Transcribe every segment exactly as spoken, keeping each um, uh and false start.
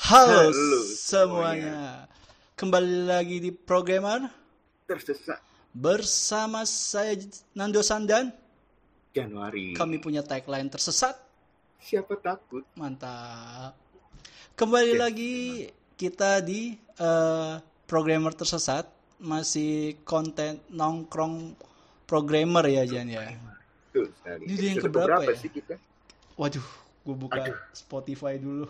Halo Halo semuanya, semuanya, kembali lagi di Programmer tersesat bersama saya Nando Sandan. Januari. Kami punya tagline tersesat, Siapa takut? mantap. Kembali Yes, lagi emang. kita di eh, Programmer tersesat, masih konten nongkrong programmer ya Jan ya. Programmer. Betul sekali. Ini udah yang Episode keberapa keberapa ya? sih kita? Waduh, gue buka Aduh, Spotify dulu.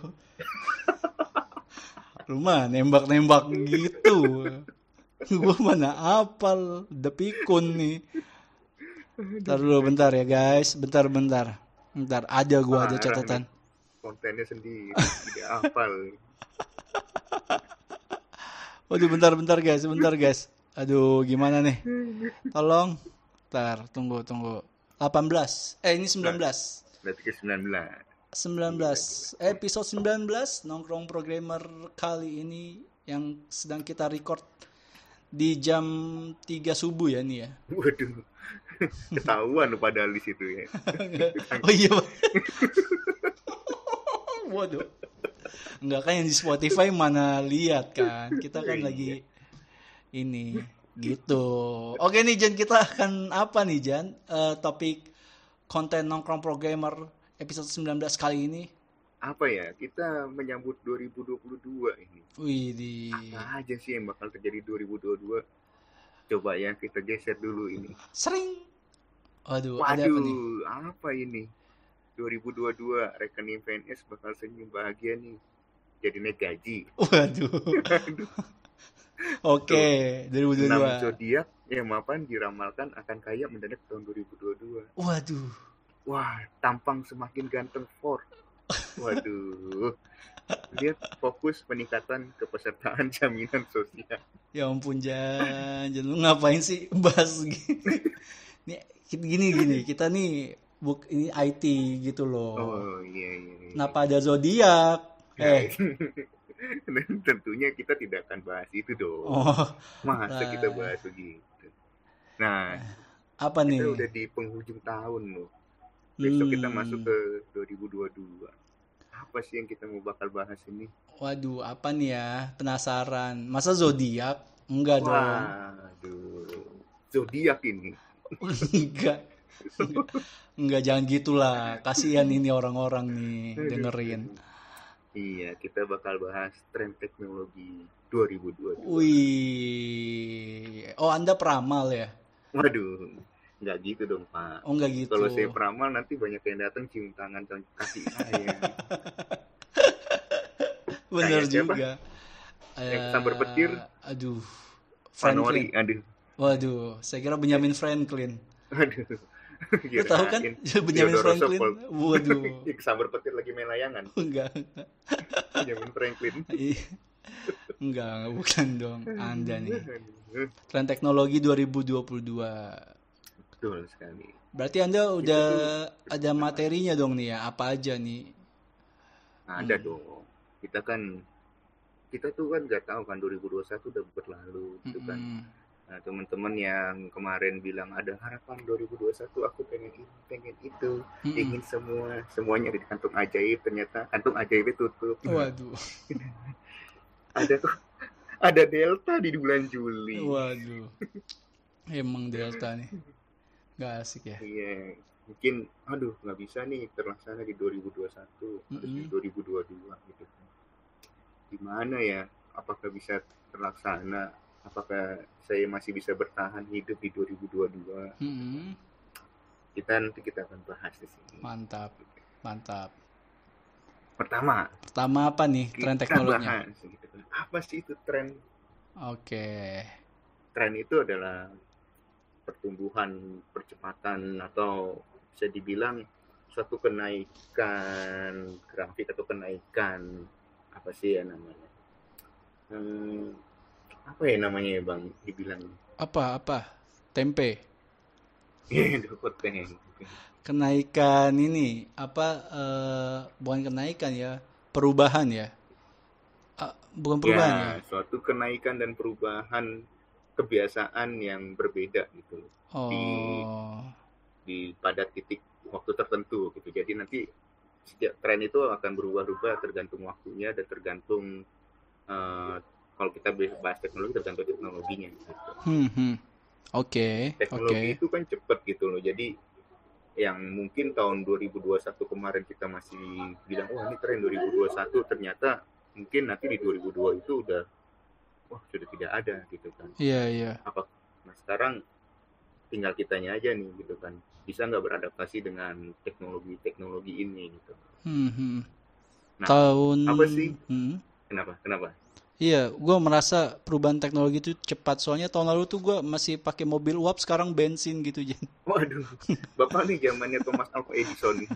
Lu mah nembak-nembak gitu. Gue mana apal, udah pikun nih. Bentar dulu, bentar ya guys. Bentar, bentar. Bentar, ada gue ada parah nih. catatan. Kontennya sendiri, tidak hafal. Waduh, bentar, bentar guys, bentar guys. Aduh, gimana nih? Tolong. Bentar, tunggu, tunggu. delapan belas. Eh, ini sembilan Nah, belas. berarti ke sembilan belas. sembilan Gila, belas. gila. Episode sembilan belas nongkrong programmer kali ini yang sedang kita record di jam tiga subuh ya nih ya. Waduh, ketahuan lu padahal di situ ya. Oh iya, Pak. Waduh. Enggak kan yang di Spotify mana lihat kan. Kita kan Iya. lagi ini gitu. Oke nih Jan, kita akan apa nih Jan? Eh, topik konten nongkrong programmer episode sembilan belas kali ini. Apa ya, kita menyambut dua ribu dua puluh dua ini. Wih di Apa aja sih yang bakal terjadi dua ribu dua puluh dua? Coba ya kita geser dulu ini. sering. Waduh, ada apa nih? Waduh, apa ini? dua ribu dua puluh dua rekening P N S bakal senyum bahagia nih. Jadi naik gaji. Waduh. Oke, dua ribu dua puluh dua. enam zodiak yang mapan diramalkan akan kaya mendadak tahun dua ribu dua puluh dua. Waduh. Wah, tampang semakin ganteng Ford. Waduh. Lihat fokus peningkatan kepesertaan jaminan sosial. Ya ampun Jan, Jan lu ngapain sih bahas gini? Nih gini gini, kita nih buk ini I T gitu loh. Oh iya iya. iya. Kenapa ada zodiak? Ya, Eh, dan tentunya kita tidak akan bahas itu dong. oh, Masa kita lah, bahas begitu? Nah, apa kita nih? udah di penghujung tahun loh. Besok kita masuk Hmm, ke dua ribu dua puluh dua. Apa sih yang kita mau bakal bahas ini? waduh, apa nih ya? Penasaran. Masa zodiak? Enggak dong. Waduh, zodiak ini. Enggak. Enggak, enggak jangan gitulah. Kasihan ini orang-orang nih Aduh, dengerin. aduh. Iya, kita bakal bahas tren teknologi dua ribu dua puluh dua. Wih. Oh, Anda peramal ya? Waduh, nggak gitu dong Pak. Oh, enggak Kalau saya gitu. peramal nanti banyak yang datang cium tangan kaki saya. Bener Kayak siapa? juga. Yang sambar petir, Eh, aduh, Fanori. Franklin. Aduh, Waduh, saya kira Benjamin Franklin. aduh. Lu tahu kan Kirain Benjamin Theodore Franklin? Roosevelt. Waduh, Yang sambar petir lagi main layangan. enggak, Benjamin Franklin. Ih, enggak, enggak, bukan dong. Anda nih. Aduh, Tren teknologi dua ribu dua puluh dua. betul sekali. Berarti Anda Kita udah tuh ada bersama materinya dong nih ya? Apa aja nih? ada Hmm. dong. Kita kan kita tuh kan nggak tahu kan dua ribu dua puluh satu udah berlalu gitu kan. Mm-mm. Nah, teman-teman yang kemarin bilang ada harapan dua ribu dua puluh satu, aku pengen ini, pengen itu, Mm-mm. ingin semua, semuanya ada di kantung ajaib, ternyata kantung ajaibnya tutup. Waduh, Ada tuh, ada delta di bulan Juli. waduh. Emang Delta nih. Gak asik ya? Iya, mungkin aduh nggak bisa nih terlaksana di dua ribu dua puluh satu, harus di Mm-mm. dua ribu dua puluh dua gitu. Gimana ya? Apakah bisa terlaksana? Apakah saya masih bisa bertahan hidup di dua ribu dua puluh dua? Mm-mm. Kita nanti kita akan bahas di sini. Mantap, mantap. Pertama, Pertama apa nih tren kita teknologinya? bahas gitu. Apa sih itu tren? Oke. Tren itu adalah pertumbuhan, percepatan atau bisa dibilang suatu kenaikan grafik atau kenaikan apa sih ya namanya? Hmm, apa ya namanya ya Bang? Dibilang Apa apa? Tempe. ya dapat pengen. Kenaikan ini apa eh, bukan kenaikan ya, perubahan ya. Ah, bukan perubahan ya. Ya, suatu kenaikan dan perubahan kebiasaan yang berbeda gitu di Oh. di pada titik waktu tertentu gitu. Jadi nanti setiap tren itu akan berubah-ubah tergantung waktunya dan tergantung uh, kalau kita bahas teknologi tergantung teknologinya gitu. Hmm, hmm. Oke, oke. Teknologi itu kan cepet gitu loh. Jadi yang mungkin tahun dua ribu dua puluh satu kemarin kita masih bilang wah ini tren dua ribu dua puluh satu, ternyata mungkin nanti di dua ribu dua itu udah wah sudah tidak ada gitu kan. Iya, iya. Apa nah sekarang tinggal kitanya aja nih gitu kan, bisa nggak beradaptasi dengan teknologi-teknologi ini gitu. Hmm, hmm. Nah, Tahun apa sih? hmm. Kenapa? Kenapa? Iya, gue merasa perubahan teknologi itu cepat. Soalnya tahun lalu tuh gue masih pakai mobil uap, sekarang bensin gitu, Jen. Waduh, Bapak nih zamannya Thomas Alva Edison nih.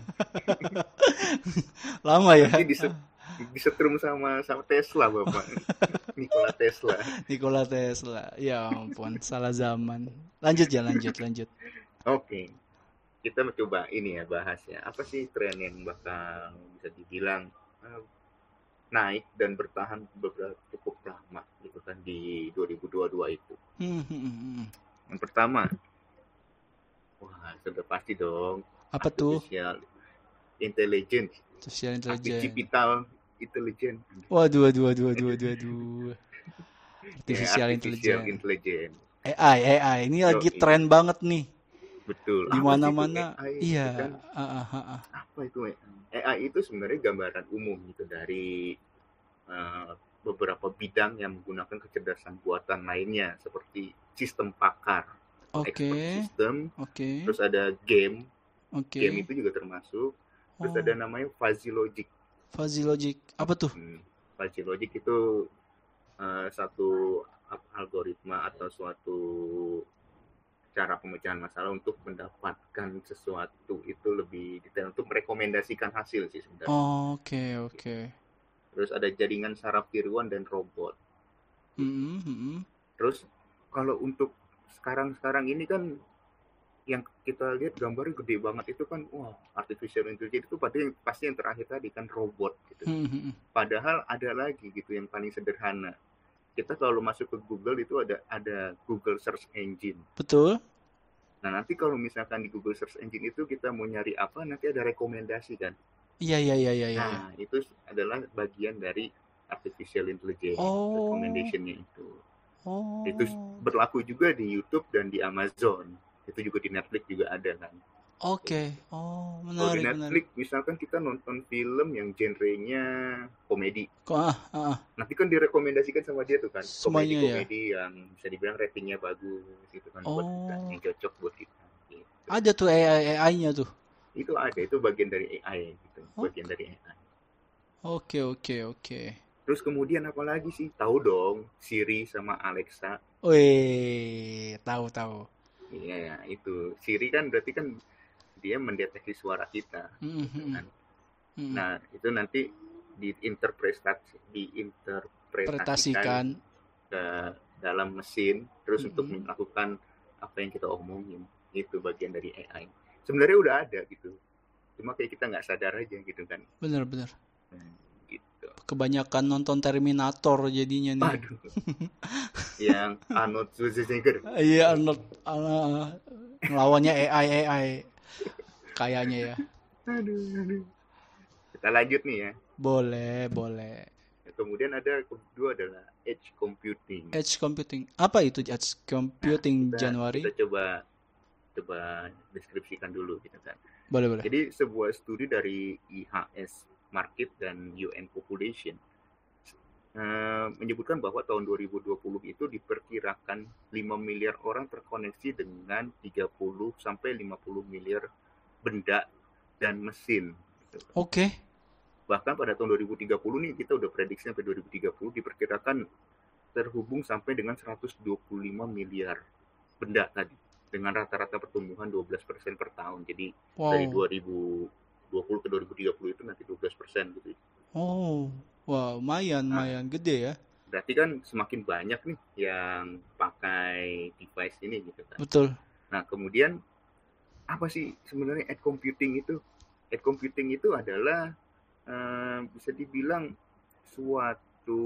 Lama ya. Nanti diset, disetrum sama sama Tesla Bapak. Nikola Tesla. Nikola Tesla. Ya ampun, salah zaman. Lanjut ya, lanjut, lanjut. Oke. Kita mencoba ini ya bahas ya. Apa sih tren yang bakal bisa dibilang uh, naik dan bertahan beberapa cukup lama gitu kan di dua ribu dua puluh dua itu. Hmm, hmm, hmm. Yang pertama, wah sudah pasti dong. Apa tuh? Artificial intelligence. Artificial intelligence. Artificial intelligence. Waduh, waduh, waduh, waduh, waduh, waduh. Artificial, ya, artificial intelligence. intelligence. A I, A I. Ini lagi Yo, tren banget nih. Betul. Di mana-mana. Iya. Kan? Uh, uh, uh. Apa itu A I itu sebenarnya gambaran umum gitu dari uh, beberapa bidang yang menggunakan kecerdasan buatan lainnya seperti sistem pakar, Oke. expert system, Oke. terus ada game, Oke. game itu juga termasuk, terus Oh. ada namanya fuzzy logic. Fuzzy logic, apa tuh? Hmm, fuzzy logic itu uh, satu algoritma atau suatu cara pemecahan masalah untuk mendapatkan sesuatu itu lebih detail, untuk merekomendasikan hasil sih sebenarnya. Oh, oke, okay, oke. Okay. Terus ada jaringan saraf tiruan dan robot. Mm-hmm, mm-hmm. Terus kalau untuk sekarang-sekarang ini kan yang kita lihat gambarnya gede banget itu kan, wah artificial intelligence itu pasti yang, pasti yang terakhir tadi kan robot gitu. Mm-hmm. Padahal ada lagi gitu yang paling sederhana. Kita kalau masuk ke Google itu ada ada Google Search Engine. Betul. Nah nanti kalau misalkan di Google Search Engine itu kita mau nyari apa, nanti ada rekomendasi kan. Iya iya iya iya. Nah ya. Itu adalah bagian dari artificial intelligence, oh. recommendation-nya itu. Oh. Itu berlaku juga di YouTube dan di Amazon. Itu juga di Netflix juga ada kan. Oke. Okay. Oh, menarik. Kalau di Netflix menarik. misalkan kita nonton film yang genrenya komedi. Kok ah, ah. Nanti kan direkomendasikan sama dia tuh kan. Komedi-komedi ya? Yang bisa dibilang ratingnya bagus gitu kan, oh. buat kita, yang cocok buat kita. Gitu. Ada tuh A I-nya tuh. Itu ada, itu bagian dari A I gitu, oh. bagian dari A I. Oke, oke, oke. Terus kemudian apa lagi sih? Tahu dong, Siri sama Alexa. Wih, tahu tahu. Iya, itu. Siri kan berarti kan dia mendeteksi suara kita. Mm-hmm. Kan? Mm-hmm. Nah, itu nanti diinterpretasi, diinterpretasikan ke dalam mesin, terus mm-hmm. untuk melakukan apa yang kita omongin. Itu bagian dari A I. Sebenarnya udah ada gitu. Cuma kayak kita nggak sadar aja gitu kan. Benar-benar. Hmm, gitu. Kebanyakan nonton Terminator jadinya nih. Aduh. Yang Arnold Schwarzenegger. Iya, Arnold uh, ngelawannya A I A I kayaknya ya. Aduh, aduh. Kita lanjut nih ya. Boleh, boleh. Kemudian ada kedua adalah edge computing. Edge computing. Apa itu edge computing, nah, kita, Januari? Kita coba coba deskripsikan dulu gitu kan. Boleh, boleh. Jadi sebuah studi dari I H S Markit dan U N Population uh, menyebutkan bahwa tahun dua ribu dua puluh itu diperkirakan lima miliar orang terkoneksi dengan tiga puluh sampai lima puluh miliar benda dan mesin. Gitu. Oke. Okay. Bahkan pada tahun dua ribu tiga puluh nih kita udah prediksi sampai dua ribu tiga puluh diperkirakan terhubung sampai dengan seratus dua puluh lima miliar benda tadi dengan rata-rata pertumbuhan dua belas persen per tahun. Jadi wow. dari dua ribu dua puluh ke dua ribu tiga puluh itu nanti dua belas persen gitu. Oh, wow, lumayan, nah, lumayan gede ya. Berarti kan semakin banyak nih yang pakai device ini gitu kan. Betul. Nah, kemudian apa sih sebenarnya edge computing itu? Edge computing itu adalah uh, bisa dibilang suatu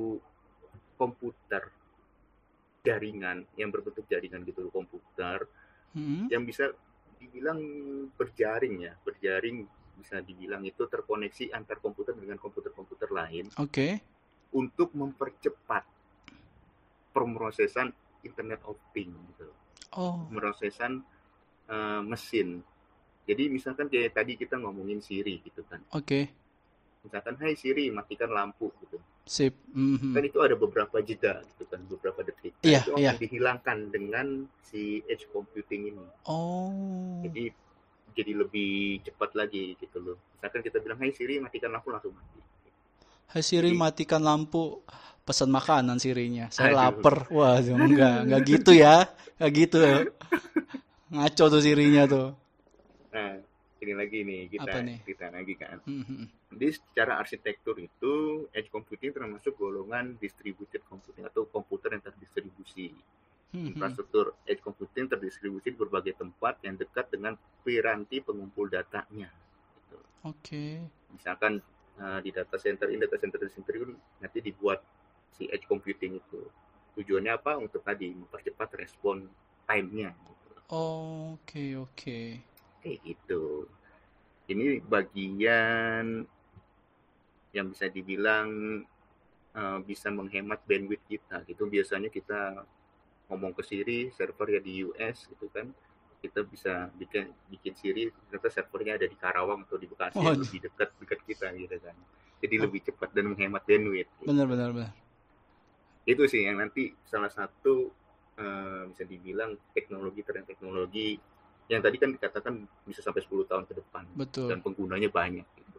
komputer jaringan yang berbentuk jaringan gitu, komputer hmm. yang bisa dibilang berjaring ya, berjaring bisa dibilang itu terkoneksi antar komputer dengan komputer-komputer lain. Oke. Okay. Untuk mempercepat pemrosesan Internet of Things gitu. Oh. Pemrosesan uh, mesin. Jadi misalkan kayak tadi kita ngomongin Siri gitu kan. Oke. Okay. Misalkan, hai Siri, matikan lampu gitu. Sip. Mm-hmm. Kan itu ada beberapa jeda gitu kan, beberapa detik. Nah, yeah, itu yeah. akan dihilangkan dengan si edge computing ini. Oh. Jadi jadi lebih cepat lagi gitu loh. Misalkan kita bilang, hai Siri, matikan lampu, langsung mati. Hai Siri, jadi, matikan lampu. Pesan makanan Sirinya. Saya aduh. lapar. Wah, Aduh. enggak, enggak gitu ya. Enggak gitu. Ngaco tuh Sirinya tuh. Nah, ini lagi nih kita nih? cerita lagi kan. Mm-hmm. Jadi secara arsitektur itu edge computing termasuk golongan distributed computing atau komputer yang terdistribusi. Mm-hmm. Infrastruktur edge computing terdistribusi di berbagai tempat yang dekat dengan piranti pengumpul datanya. Gitu. Oke. Okay. Misalkan uh, di data center ini, data center itu nanti dibuat si edge computing itu. Tujuannya apa? Untuk tadi mempercepat respon time-nya. Gitu. Oh, oke okay, oke. Okay. Kayak gitu. Ini bagian yang bisa dibilang uh, bisa menghemat bandwidth kita. Gitu biasanya kita ngomong ke Siri, servernya di U S gitu kan. Kita bisa bikin bikin Siri, ternyata servernya ada di Karawang atau di Bekasi, oh, lebih dekat dekat kita gitu kan. Jadi oh. lebih cepat dan menghemat bandwidth. Gitu. Benar benar benar. Itu sih yang nanti salah satu uh, bisa dibilang teknologi tren teknologi yang tadi kan dikatakan bisa sampai sepuluh tahun ke depan. Betul. Dan penggunanya banyak gitu.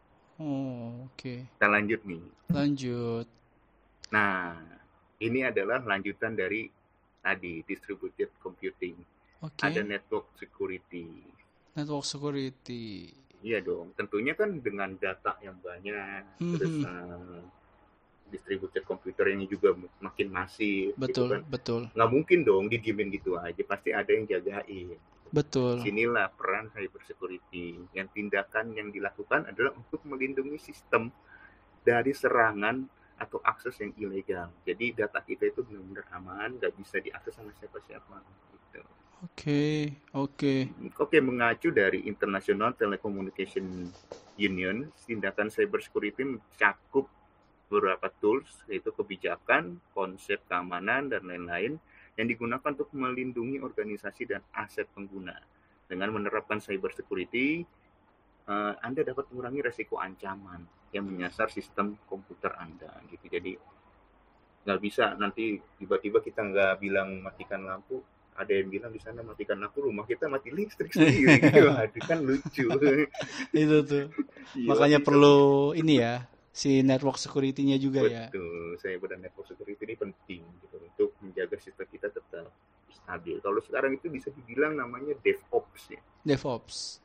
Oh, oke. Okay. Kita lanjut nih. Lanjut. Nah, ini adalah lanjutan dari tadi distributed computing. Okay. Ada network security. Network security. Iya dong. Tentunya kan dengan data yang banyak, mm-hmm. terus uh, distributed computer ini juga makin masif. Betul, gitu kan. betul. Nggak mungkin dong didiemin gitu aja. Pasti ada yang jagain. Betul. Sinilah peran cyber security. Yang tindakan yang dilakukan adalah untuk melindungi sistem dari serangan atau akses yang ilegal. Jadi data kita itu benar-benar aman, nggak bisa diakses sama siapa-siapa. Gitu. Oke, okay, oke. Okay. Oke, mengacu dari International Telecommunication Union, tindakan cyber security mencakup beberapa tools, yaitu kebijakan, konsep keamanan, dan lain-lain, yang digunakan untuk melindungi organisasi dan aset pengguna. Dengan menerapkan cyber security, uh, Anda dapat mengurangi resiko ancaman yang menyasar sistem komputer Anda. Gitu. Jadi nggak bisa nanti tiba-tiba kita nggak bilang matikan lampu, ada yang bilang di sana matikan lampu, rumah kita mati listrik sendiri. Aduh, kan lucu. Itu tuh. Makanya perlu ini ya. Si network security-nya juga. Betul, ya. Betul, saya pada network security ini penting gitu untuk menjaga sistem kita tetap stabil. Kalau sekarang itu bisa dibilang namanya DevOps ya. DevOps.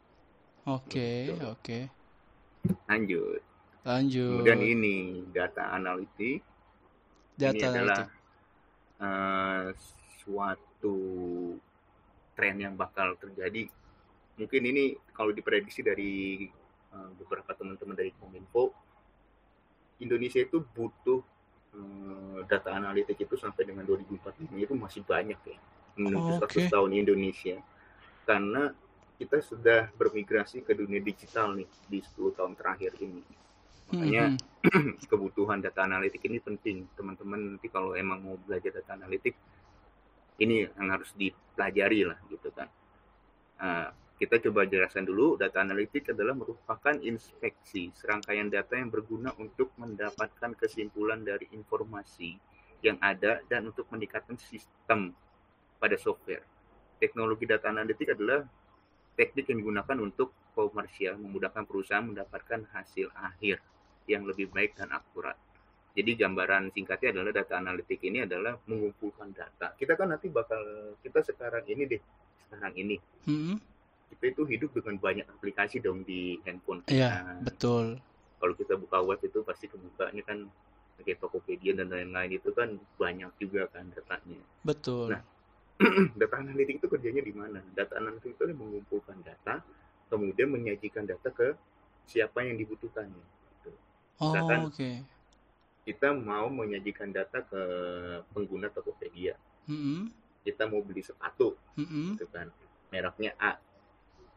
Oke, okay, oke. Okay. Lanjut. Lanjut. Kemudian ini data analytics. Data ini adalah uh, suatu tren yang bakal terjadi. Mungkin ini kalau diprediksi dari uh, beberapa teman-teman dari Kominfo, Indonesia itu butuh uh, data analitik itu sampai dengan dua ribu empat puluh lima itu masih banyak ya, menuju oh, okay. seratus tahun Indonesia, karena kita sudah bermigrasi ke dunia digital nih di sepuluh tahun terakhir ini. Makanya mm-hmm. kebutuhan data analitik ini penting, teman-teman. Nanti kalau emang mau belajar data analitik, ini yang harus dipelajari lah gitu kan. Uh, Kita coba jelaskan dulu, data analitik adalah merupakan inspeksi serangkaian data yang berguna untuk mendapatkan kesimpulan dari informasi yang ada dan untuk meningkatkan sistem pada software. Teknologi data analitik adalah teknik yang digunakan untuk komersial, memudahkan perusahaan mendapatkan hasil akhir yang lebih baik dan akurat. Jadi gambaran singkatnya adalah data analitik ini adalah mengumpulkan data. Kita kan nanti bakal, kita sekarang ini deh, sekarang ini. Mm-hmm. Kita itu hidup dengan banyak aplikasi dong di handphone kita. Iya, betul. Kalau kita buka web itu pasti kebukanya kan kayak Tokopedia dan lain-lain itu kan banyak juga kan datanya. Betul. Nah, data analitik itu kerjanya di mana? Data analitik itu mengumpulkan data, kemudian menyajikan data ke siapa yang dibutuhkannya. Gitu. Oh, oke. Okay. Kita mau menyajikan data ke pengguna Tokopedia. Mm-hmm. Kita mau beli sepatu, mm-hmm. gitu kan. Mereknya A.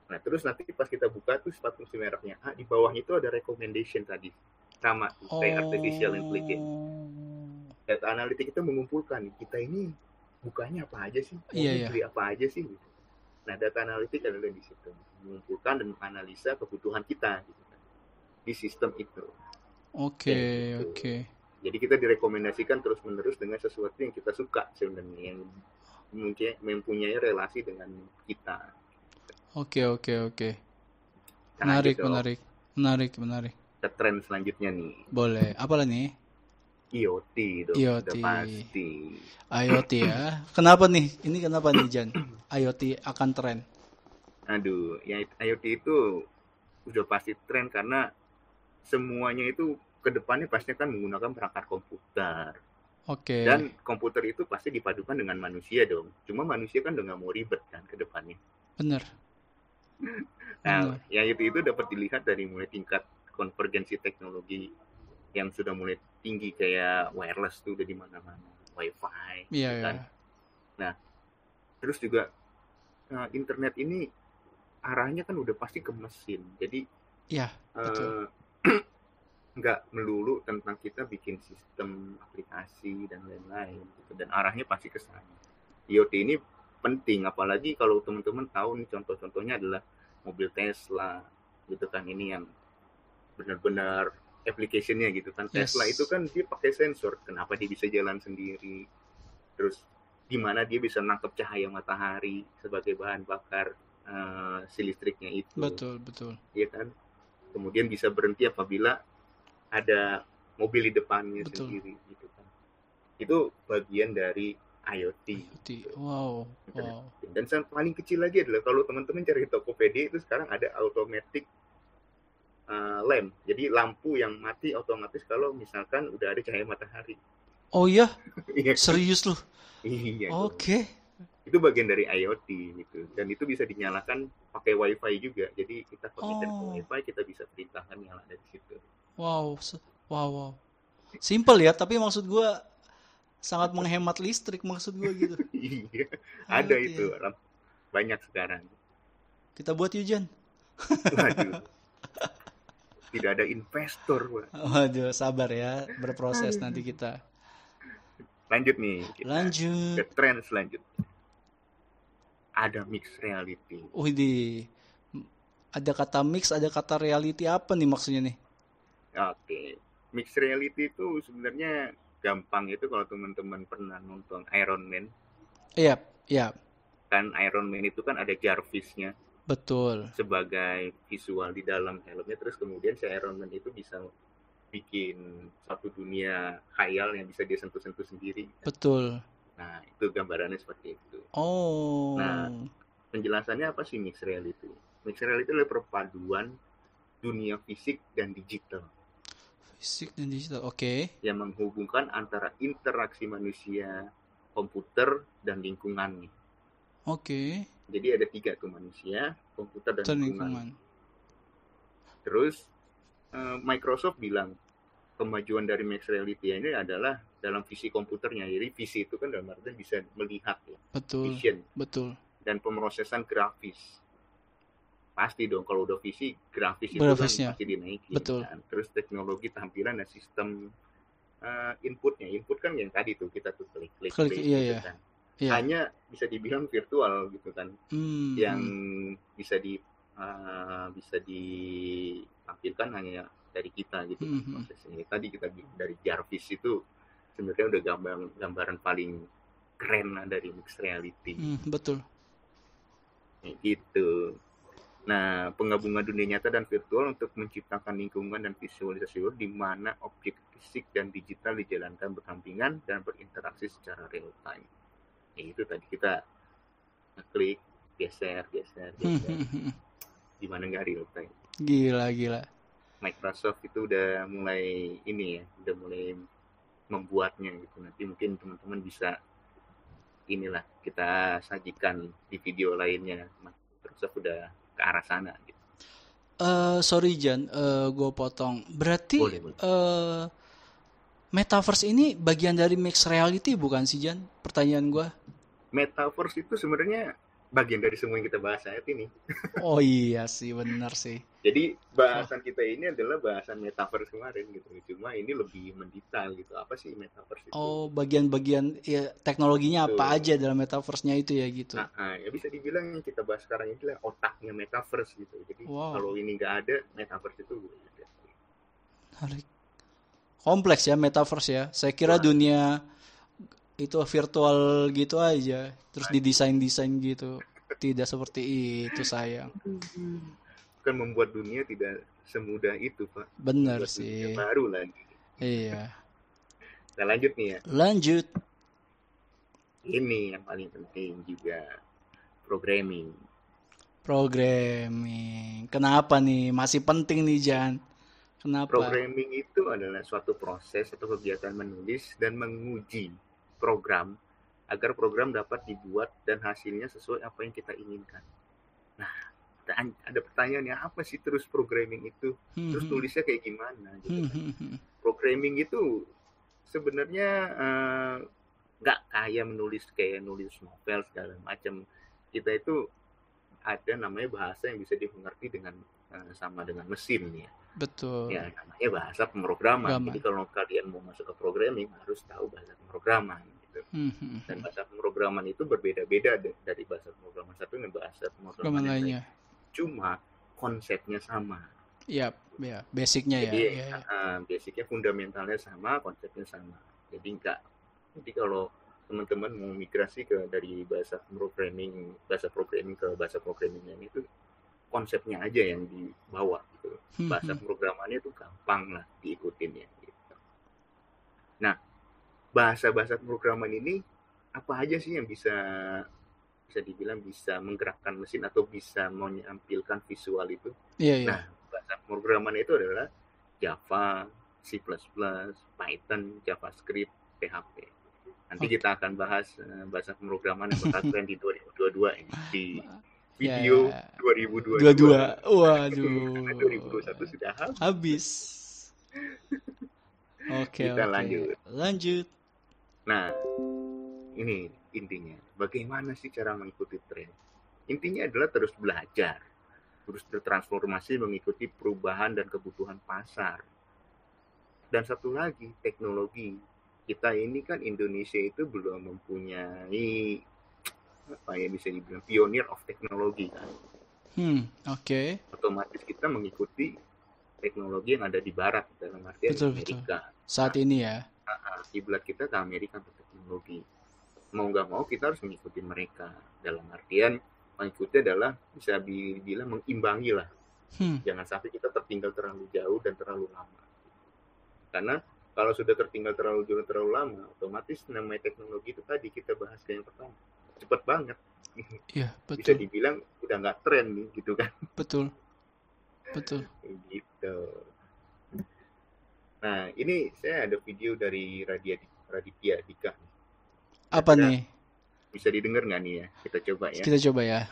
Nah, terus nanti pas kita buka tuh sepatu si mereknya A, di bawahnya itu ada recommendation tadi. Sama kayak artificial intelligence. Oh. Data analitik kita mengumpulkan kita ini bukanya apa aja sih, mau Iya, iya. beli apa aja sih gitu. Nah, data analitik adalah di situ, mengumpulkan dan menganalisa kebutuhan kita gitu kan, di sistem itu. Oke, Kayak gitu. oke. Jadi kita direkomendasikan terus-menerus dengan sesuatu yang kita suka sebenarnya, yang mungkin mempunyai relasi dengan kita. Oke, oke, oke. Nah, Menarik, gitu. menarik. Menarik, menarik. Ke tren selanjutnya nih. Boleh. Apa lah nih? IoT dong, IoT. sudah pasti. IoT ya. Kenapa nih? Ini kenapa nih, Jan? IoT akan tren. Aduh, ya IoT itu udah pasti tren karena semuanya itu kedepannya pasti akan menggunakan perangkat komputer. Oke. Dan komputer itu pasti dipadukan dengan manusia dong. Cuma manusia kan udah nggak mau ribet kan kedepannya. Bener. Nah, Bener. ya itu itu dapat dilihat dari mulai tingkat konvergensi teknologi yang sudah mulai tinggi kayak wireless tuh udah di mana-mana, wifi, Iya, gitu kan. iya. Nah, terus juga uh, internet ini arahnya kan udah pasti ke mesin. Jadi Iya, betul. uh, nggak melulu tentang kita bikin sistem aplikasi dan lain-lain gitu. Dan arahnya pasti ke sana. IoT ini penting, apalagi kalau teman-teman tahu nih contoh-contohnya adalah mobil Tesla gitu kan, ini yang benar-benar application-nya gitu kan. Yes. Tesla itu kan dia pakai sensor, kenapa dia bisa jalan sendiri, terus di mana dia bisa nangkep cahaya matahari sebagai bahan bakar uh, si listriknya itu. Betul, betul. Iya kan, kemudian bisa berhenti apabila ada mobil di depannya Betul. sendiri gitu kan. Itu bagian dari IoT. IoT. Wow, wow. Dan yang paling kecil lagi adalah kalau teman-teman cari Tokopedia itu sekarang ada automatic uh, lamp. Jadi lampu yang mati otomatis kalau misalkan udah ada cahaya matahari. Oh iya? Serius lu? Iya. Oke. Okay. Itu bagian dari IoT gitu. Dan itu bisa dinyalakan pakai WiFi juga. Jadi kita connect Oh. ke WiFi, kita bisa perintahkan nyala dari situ. Wow, wow, wow. Simple ya, tapi maksud gue sangat menghemat listrik, maksud gue gitu. Iya, ada itu ya. Banyak sekarang. Kita buat yuk, Jan. Waduh. Tidak ada investor, Pak. Waduh, sabar ya, berproses nanti kita. Lanjut nih. Kita Lanjut. ke tren selanjutnya. Ada mixed reality. Wih, di ada kata mix, ada kata reality, apa nih maksudnya nih? Oke, mixed reality itu sebenarnya gampang itu kalau teman-teman pernah nonton Iron Man. Iya, iya. Kan Iron Man itu kan ada Jarvis-nya. Betul. Sebagai visual di dalam helmnya, terus kemudian si Iron Man itu bisa bikin satu dunia khayal yang bisa dia sentuh-sentuh sendiri. Betul. Nah, itu gambarannya seperti itu. Oh. Nah, penjelasannya apa sih mixed reality? Mixed reality adalah perpaduan dunia fisik dan digital. Fisik dan digital, oke. Okay. Yang menghubungkan antara interaksi manusia, komputer, dan lingkungannya. Oke. Okay. Jadi ada tiga tuh, manusia, komputer, dan, dan lingkungan. lingkungan. Terus Microsoft bilang kemajuan dari mixed reality ini adalah dalam visi komputernya. Jadi visi itu kan dalam artian bisa melihat ya. Betul. Vision. Betul. Dan pemrosesan grafis. Pasti dong kalau udah visi, grafis itu Grafisnya. kan pasti dinaikin. Betul. Kan? Terus teknologi tampilan dan sistem uh, inputnya. Input kan yang tadi tuh kita tuh klik-klik. Klik, klik, iya, gitu iya. Kan. Iya. Hanya bisa dibilang virtual gitu kan. Hmm, yang hmm. bisa di uh, bisa ditampilkan hanya dari kita gitu hmm, kan, prosesnya. Tadi kita dari Jarvis itu sebenarnya udah gambar gambaran paling keren lah dari mixed reality. Hmm, betul. Ya, gitu. Nah, penggabungan dunia nyata dan virtual untuk menciptakan lingkungan dan visualisasi di mana objek fisik dan digital dijalankan berdampingan dan berinteraksi secara real time. Ya, itu tadi kita klik, geser, geser, geser. Di mana nggak real time. Gila, gila. Microsoft itu udah mulai ini ya, udah mulai membuatnya gitu. Nanti mungkin teman-teman bisa inilah kita sajikan di video lainnya. Microsoft udah ke arah sana gitu. Uh, sorry Jan, uh, gue potong. Berarti boleh, boleh. Uh, Metaverse ini bagian dari mixed reality bukan sih Jan? Pertanyaan gue. Metaverse itu sebenarnya bagian dari semua yang kita bahas saat ini. Oh iya sih, benar sih. Jadi bahasan kita ini adalah bahasan metaverse kemarin gitu. Cuma ini lebih mendetail gitu. Apa sih metaverse itu? Oh, bagian-bagian ya, teknologinya Betul. apa aja dalam metaverse-nya itu ya gitu. Nah, nah, ya bisa dibilang yang kita bahas sekarang ini adalah otaknya metaverse gitu. Jadi Wow. kalau ini nggak ada, metaverse itu nggak ada. Kompleks ya metaverse ya. Saya kira Wah. dunia itu virtual gitu aja, terus didesain-desain gitu. Tidak seperti itu, sayang. Kan membuat dunia tidak semudah itu, Pak. Benar Membuat sih. dunia baru lagi. Iya. Kita lanjut nih ya. Lanjut. Ini yang paling penting juga, programming. Programming. Kenapa nih? Masih penting nih, Jan. Kenapa? Programming itu adalah suatu proses atau kegiatan menulis dan menguji program agar program dapat dibuat dan hasilnya sesuai apa yang kita inginkan. Nah, ada pertanyaannya, apa sih terus programming itu? Terus tulisnya kayak gimana? Gitu kan? Programming itu sebenarnya nggak uh, kayak menulis kayak nulis novel segala macam. Kita itu ada namanya bahasa yang bisa dimengerti dengan uh, sama dengan mesin ya. Betul. Ya, namanya bahasa pemrograman. Gaman. Jadi kalau kalian mau masuk ke programming harus tahu bahasa pemrograman gitu. Hmm. Dan bahasa pemrograman itu berbeda-beda dari bahasa pemrograman satu dengan bahasa pemrograman lainnya. Cuma konsepnya sama. Iya, ya, basicnya ya. Jadi ya, ya. Uh, basicnya fundamentalnya sama, konsepnya sama. Jadi enggak. Jadi kalau teman-teman mau migrasi ke dari bahasa programming, bahasa programming ke bahasa programming yang itu konsepnya aja yang dibawa gitu. Bahasa pemrogramannya itu gampang lah diikutin ya gitu. Nah, bahasa-bahasa pemrograman ini apa aja sih yang bisa bisa dibilang bisa menggerakkan mesin atau bisa menampilkan visual itu? Iya, iya. Nah, bahasa pemrograman itu adalah Java, C plus plus, Python, JavaScript, P H P. Nanti okay. kita akan bahas uh, bahasa pemrograman yang bakal tren di dua ribu dua puluh dua ini di video ya, ya. dua ribu dua puluh dua. Waduh. Karena dua ribu dua puluh satu sudah habis. Habis. Oke, kita oke. lanjut. Lanjut. Nah, ini intinya. Bagaimana sih cara mengikuti tren? Intinya adalah terus belajar. Terus bertransformasi mengikuti perubahan dan kebutuhan pasar. Dan satu lagi, teknologi. Kita ini kan Indonesia itu belum mempunyai apa ya bisa dibilang pionir of teknologi kan. Hmm, oke. Okay. Otomatis kita mengikuti teknologi yang ada di barat dalam artian betul, Amerika. Betul. Saat nah, ini ya. Kiblat kita ke Amerika untuk teknologi. Mau nggak mau kita harus mengikuti mereka. Dalam artian mengikuti adalah bisa dibilang mengimbangi lah. Hmm. Jangan sampai kita tertinggal terlalu jauh dan terlalu lama. Karena kalau sudah tertinggal terlalu jauh terlalu lama, otomatis namanya teknologi itu tadi kita bahas yang pertama. Cepat banget. Iya, betul. Bisa dibilang udah nggak tren nih, gitu kan? Betul, betul. Gitu. Nah, ini saya ada video dari Radia, Raditya Dika. Apa nih? Bisa didengar nggak nih ya? Kita coba ya. Kita coba ya.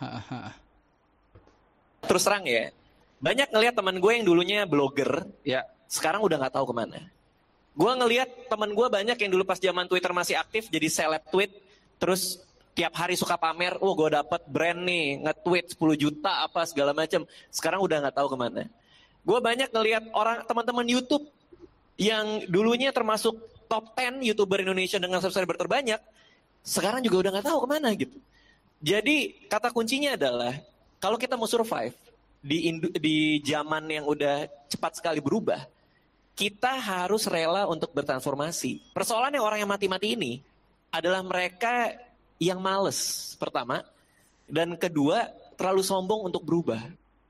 Terus terang ya, banyak ngelihat teman gue yang dulunya blogger, ya sekarang udah nggak tahu kemana. Gue ngelihat teman gue banyak yang dulu pas zaman Twitter masih aktif jadi seleb tweet, terus tiap hari suka pamer, oh gue dapet brand nih, nge-tweet sepuluh juta apa segala macam. Sekarang udah nggak tahu kemana. Gue banyak ngelihat orang teman-teman YouTube yang dulunya termasuk top sepuluh YouTuber Indonesia dengan subscriber terbanyak, sekarang juga udah nggak tahu kemana gitu. Jadi kata kuncinya adalah kalau kita mau survive di indu, di zaman yang udah cepat sekali berubah, kita harus rela untuk bertransformasi. Persoalannya orang yang mati-mati ini adalah mereka yang males pertama, dan kedua terlalu sombong untuk berubah.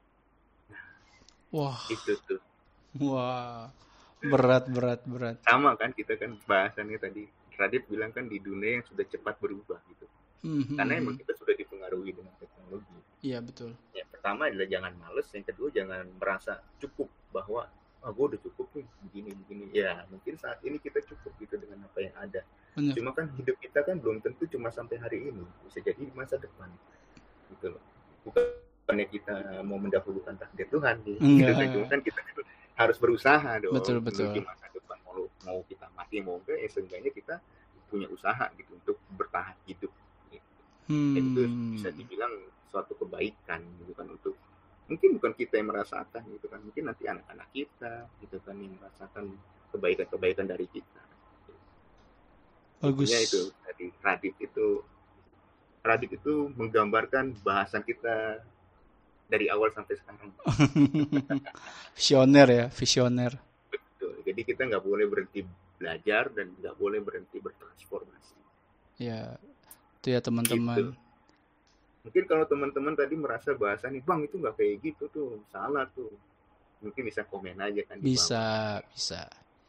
Wah, itu tuh. Wah, berat, berat, berat. Sama kan kita kan bahasannya tadi. Radit bilang kan di dunia yang sudah cepat berubah gitu. Mm-hmm. Karena emang kita sudah dipengaruhi dengan teknologi. Iya betul. Yang pertama adalah jangan males, yang kedua jangan merasa cukup bahwa ah gue udah cukup nih begini begini. Ya mungkin saat ini kita cukup gitu dengan apa yang ada. Benar. Cuma kan hidup kita kan belum tentu cuma sampai hari ini, bisa jadi di masa depan. Gitu loh. Bukannya kita mau mendahulukan takdir Tuhan nih. Gitu, cuma kan kita harus berusaha dong. Betul betul. Di masa depan mau mau kita mati mau enggak ya seenggaknya kita punya usaha gitu untuk bertahan hidup. Gitu. Hmm. Itu bisa dibilang suatu kebaikan gitu kan, untuk mungkin bukan kita yang merasakan gitu kan, mungkin nanti anak-anak kita gitu kan yang merasakan kebaikan-kebaikan dari kita. Bagus. Intinya itu tadi Radit itu Radit itu menggambarkan bahasan kita dari awal sampai sekarang. Visioner ya, visioner. Betul. Jadi kita nggak boleh berhenti belajar dan nggak boleh berhenti bertransformasi. Ya, itu ya teman-teman. Gitu. Mungkin kalau teman-teman tadi merasa bahasa nih, Bang itu nggak kayak gitu tuh, salah tuh. Mungkin bisa komen aja kan di Bisa, bawah. bisa.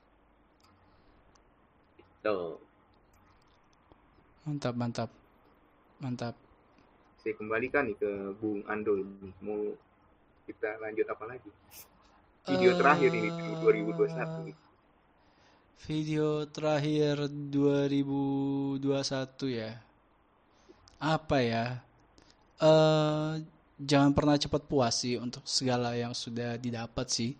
Gitu. Mantap, mantap. Mantap. Saya kembalikan nih ke Bung Ando ini. Mau kita lanjut apa lagi? Video uh, terakhir ini dua ribu dua puluh satu. Video terakhir dua ribu dua puluh satu ya. Apa ya? Uh, jangan pernah cepat puas sih untuk segala yang sudah didapat sih.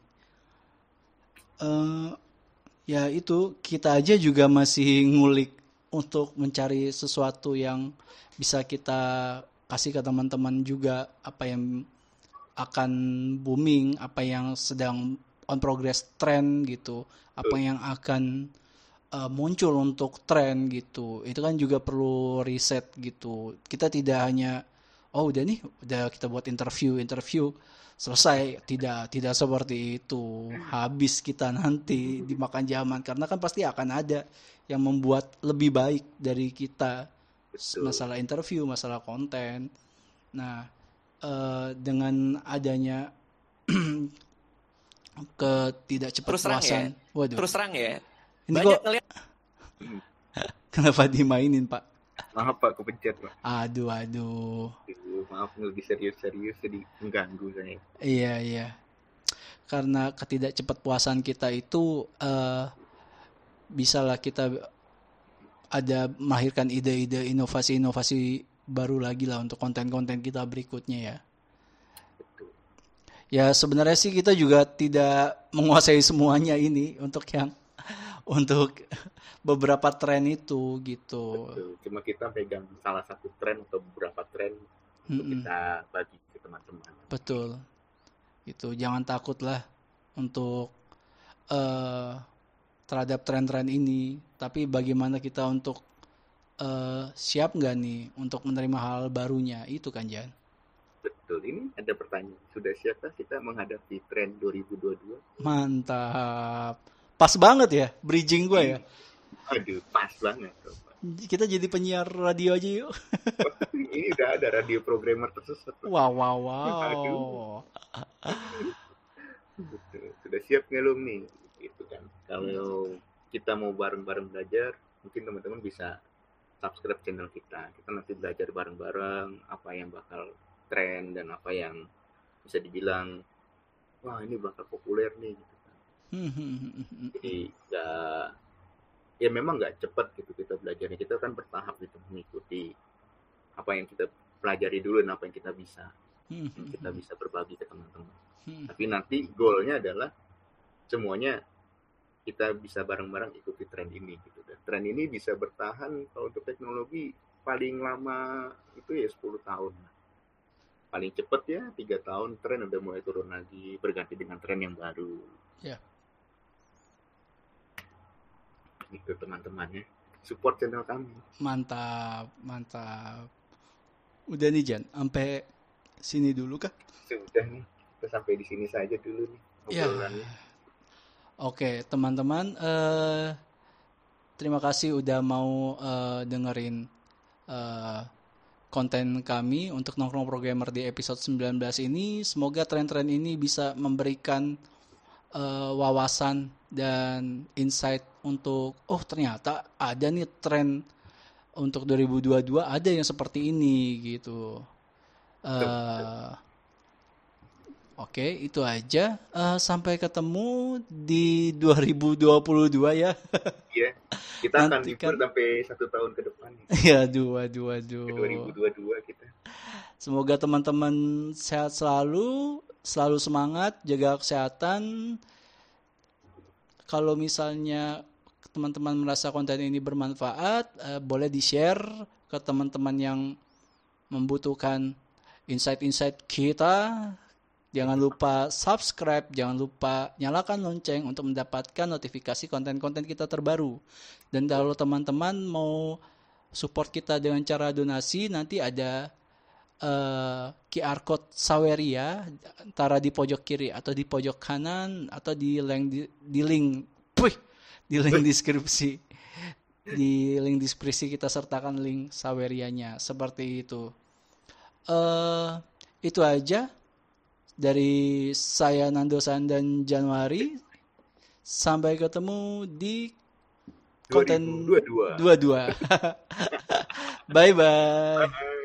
Uh, ya itu, kita aja juga masih ngulik untuk mencari sesuatu yang bisa kita kasih ke teman-teman juga, apa yang akan booming, apa yang sedang on progress trend gitu, apa yang akan uh, muncul untuk tren gitu. Itu kan juga perlu riset gitu. Kita tidak hanya oh udah nih, udah kita buat interview, interview selesai. Tidak, tidak seperti itu. Habis kita nanti dimakan zaman, karena kan pasti akan ada yang membuat lebih baik dari kita. Masalah interview, masalah konten. Nah, uh, dengan adanya ketidakcepatpuasan, ya? Waduh. Terus terang ya. Ini banyak kok ngeliat. Kenapa dimainin, Pak? Maaf Pak, kepencet Pak. Aduh, aduh. Aduh, maaf lebih serius-serius jadi mengganggu saya. Iya, iya. Karena ketidakcepatpuasan kita itu uh, bisalah kita ada melahirkan ide-ide inovasi-inovasi baru lagi lah untuk konten-konten kita berikutnya ya. Betul. Ya sebenarnya sih kita juga tidak menguasai semuanya ini untuk yang untuk beberapa tren itu gitu. Betul. Cuma kita pegang salah satu tren atau beberapa tren untuk Mm-mm. kita bagi ke teman-teman. Betul. Itu jangan takut lah untuk uh, terhadap tren-tren ini, tapi bagaimana kita untuk uh, siap nggak nih untuk menerima hal barunya, itu kan Jan? Betul, ini ada pertanyaan, sudah siapkah kita menghadapi tren dua ribu dua puluh dua? Mantap, pas banget ya bridging gue ya. Aduh, pas banget. Kita jadi penyiar radio aja yuk. Ini udah ada radio programmer tersesat. Wow, wow, wow. Aduh. Betul. Sudah siap ngelum nih? Gitu kan. Kalau kita mau bareng-bareng belajar, mungkin teman-teman bisa subscribe channel kita. Kita nanti belajar bareng-bareng apa yang bakal tren dan apa yang bisa dibilang wah ini bakal populer nih gitu kan. Jadi nggak, ya memang nggak cepat gitu kita belajarnya. Kita kan bertahap gitu mengikuti apa yang kita pelajari dulu dan apa yang kita bisa. Yang kita bisa berbagi ke teman-teman. Tapi nanti goalnya adalah semuanya kita bisa bareng-bareng ikuti tren ini gitu. Dan tren ini bisa bertahan kalau untuk teknologi paling lama itu ya sepuluh tahun. Paling cepat ya tiga tahun tren udah mulai turun lagi, berganti dengan tren yang baru. Ya. Itu teman-temannya. Support channel kami. Mantap, mantap. Udah nih Jan, sampai sini dulu kah? Sudah nih, kita sampai di sini saja dulu nih obrolannya. Ya. Oke, teman-teman, uh, terima kasih udah mau uh, dengerin uh, konten kami untuk Nongkrong Programmer di episode sembilan belas ini. Semoga tren-tren ini bisa memberikan uh, wawasan dan insight untuk, oh ternyata ada nih tren untuk dua ribu dua puluh dua, ada yang seperti ini gitu. Uh, Oke, okay, itu aja. Uh, sampai ketemu di dua ribu dua puluh dua ya. Iya, kita akan libur sampai satu tahun ke depan. Iya, dua, dua, dua. dua ribu dua puluh dua kita. Semoga teman-teman sehat selalu, selalu semangat, jaga kesehatan. Kalau misalnya teman-teman merasa konten ini bermanfaat, uh, boleh di-share ke teman-teman yang membutuhkan insight-insight kita, jangan lupa subscribe, jangan lupa nyalakan lonceng untuk mendapatkan notifikasi konten-konten kita terbaru. Dan kalau teman-teman mau support kita dengan cara donasi, nanti ada uh, Q R code Saweria antara di pojok kiri atau di pojok kanan atau di link di, di link puih, di link deskripsi. Di link deskripsi kita sertakan link Sawerianya seperti itu. Uh, itu aja dari saya Nando San dan Januari. Sampai ketemu di konten dua ribu dua puluh dua. dua puluh dua. Bye bye.